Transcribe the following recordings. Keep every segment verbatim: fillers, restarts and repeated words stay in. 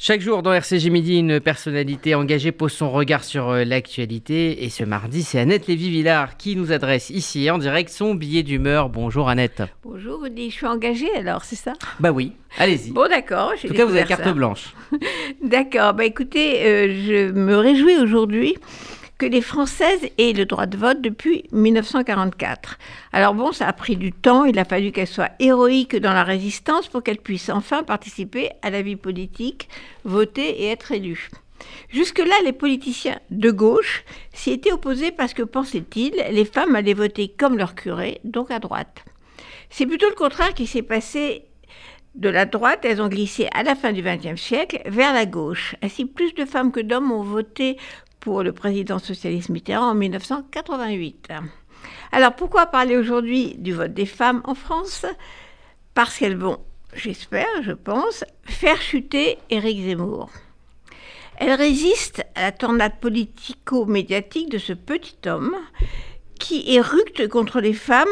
Chaque jour dans R C G Midi, une personnalité engagée pose son regard sur euh, l'actualité. Et ce mardi, c'est Annette Lévy-Villard qui nous adresse ici en direct son billet d'humeur. Bonjour Annette. Bonjour Rudy, je suis engagée alors, c'est ça? Bah oui, allez-y. Bon d'accord. En tout cas, vous avez carte ça. blanche. D'accord, bah écoutez, euh, je me réjouis aujourd'hui que les Françaises aient le droit de vote depuis dix-neuf cent quarante-quatre. Alors bon, ça a pris du temps, il a fallu qu'elles soient héroïques dans la résistance pour qu'elles puissent enfin participer à la vie politique, voter et être élues. Jusque-là, les politiciens de gauche s'y étaient opposés parce que, pensaient-ils, les femmes allaient voter comme leur curé, donc à droite. C'est plutôt le contraire qui s'est passé. De la droite, elles ont glissé à la fin du vingtième siècle vers la gauche. Ainsi, plus de femmes que d'hommes ont voté pour le président socialiste Mitterrand en dix-neuf cent quatre-vingt-huit. Alors pourquoi parler aujourd'hui du vote des femmes en France ? Parce qu'elles vont, j'espère, je pense, faire chuter Éric Zemmour. Elles résistent à la tornade politico-médiatique de ce petit homme qui éructe contre les femmes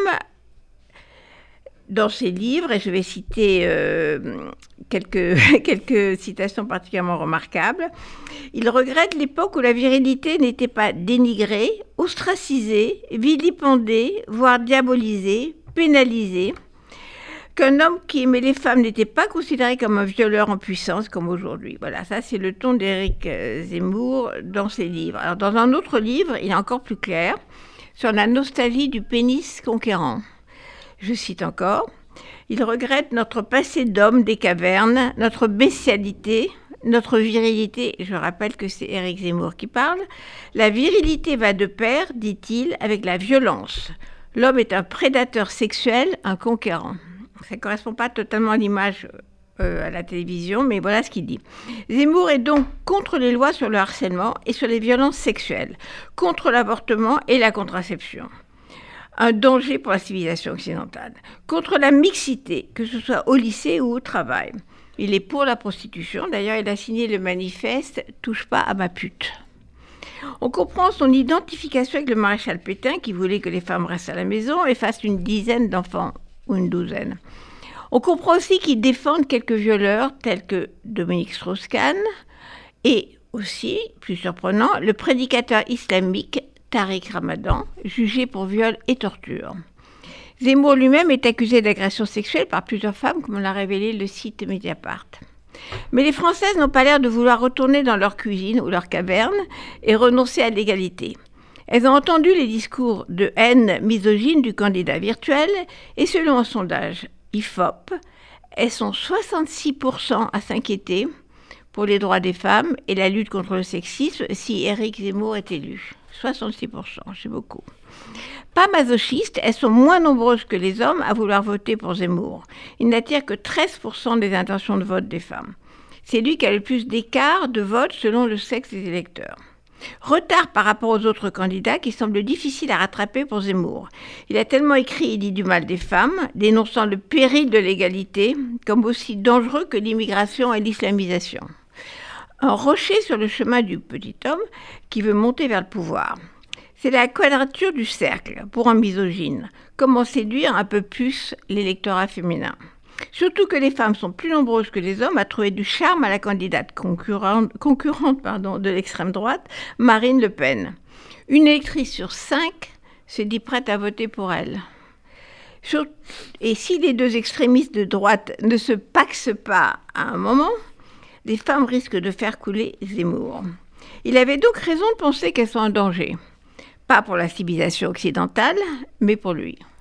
dans ses livres, et je vais citer euh, quelques, quelques citations particulièrement remarquables. Il regrette l'époque où la virilité n'était pas dénigrée, ostracisée, vilipendée, voire diabolisée, pénalisée, qu'un homme qui aimait les femmes n'était pas considéré comme un violeur en puissance comme aujourd'hui. Voilà, ça c'est le ton d'Éric Zemmour dans ses livres. Alors dans un autre livre, il est encore plus clair, sur la nostalgie du pénis conquérant. Je cite encore, « Il regrette notre passé d'homme des cavernes, notre bestialité, notre virilité. » Je rappelle que c'est Éric Zemmour qui parle. « La virilité va de pair, dit-il, avec la violence. L'homme est un prédateur sexuel, un conquérant. » Ça ne correspond pas totalement à l'image euh, à la télévision, mais voilà ce qu'il dit. Zemmour est donc contre les lois sur le harcèlement et sur les violences sexuelles, contre l'avortement et la contraception. Un danger pour la civilisation occidentale, contre la mixité, que ce soit au lycée ou au travail. Il est pour la prostitution, d'ailleurs il a signé le manifeste « Touche pas à ma pute ». On comprend son identification avec le maréchal Pétain qui voulait que les femmes restent à la maison et fassent une dizaine d'enfants, ou une douzaine. On comprend aussi qu'il défend quelques violeurs tels que Dominique Strauss-Kahn et aussi, plus surprenant, le prédicateur islamique Tariq Ramadan, jugé pour viol et torture. Zemmour lui-même est accusé d'agression sexuelle par plusieurs femmes, comme l'a révélé le site Mediapart. Mais les Françaises n'ont pas l'air de vouloir retourner dans leur cuisine ou leur caverne et renoncer à l'égalité. Elles ont entendu les discours de haine misogyne du candidat virtuel et selon un sondage I F O P, elles sont soixante-six pour cent à s'inquiéter pour les droits des femmes et la lutte contre le sexisme si Éric Zemmour est élu. soixante-six pour cent, c'est beaucoup. Pas masochistes, elles sont moins nombreuses que les hommes à vouloir voter pour Zemmour. Il n'attire que treize pour cent des intentions de vote des femmes. C'est lui qui a le plus d'écart de vote selon le sexe des électeurs. Retard par rapport aux autres candidats qui semblent difficiles à rattraper pour Zemmour. Il a tellement écrit et dit du mal des femmes, dénonçant le péril de l'égalité, comme aussi dangereux que l'immigration et l'islamisation. Un rocher sur le chemin du petit homme qui veut monter vers le pouvoir. C'est la quadrature du cercle pour un misogyne. Comment séduire un peu plus l'électorat féminin. Surtout que les femmes sont plus nombreuses que les hommes à trouver du charme à la candidate concurrente, concurrente pardon, de l'extrême droite, Marine Le Pen. Une électrice sur cinq se dit prête à voter pour elle. Et si les deux extrémistes de droite ne se paxent pas à un moment, les femmes risquent de faire couler Zemmour. Il avait donc raison de penser qu'elles sont en danger. Pas pour la civilisation occidentale, mais pour lui.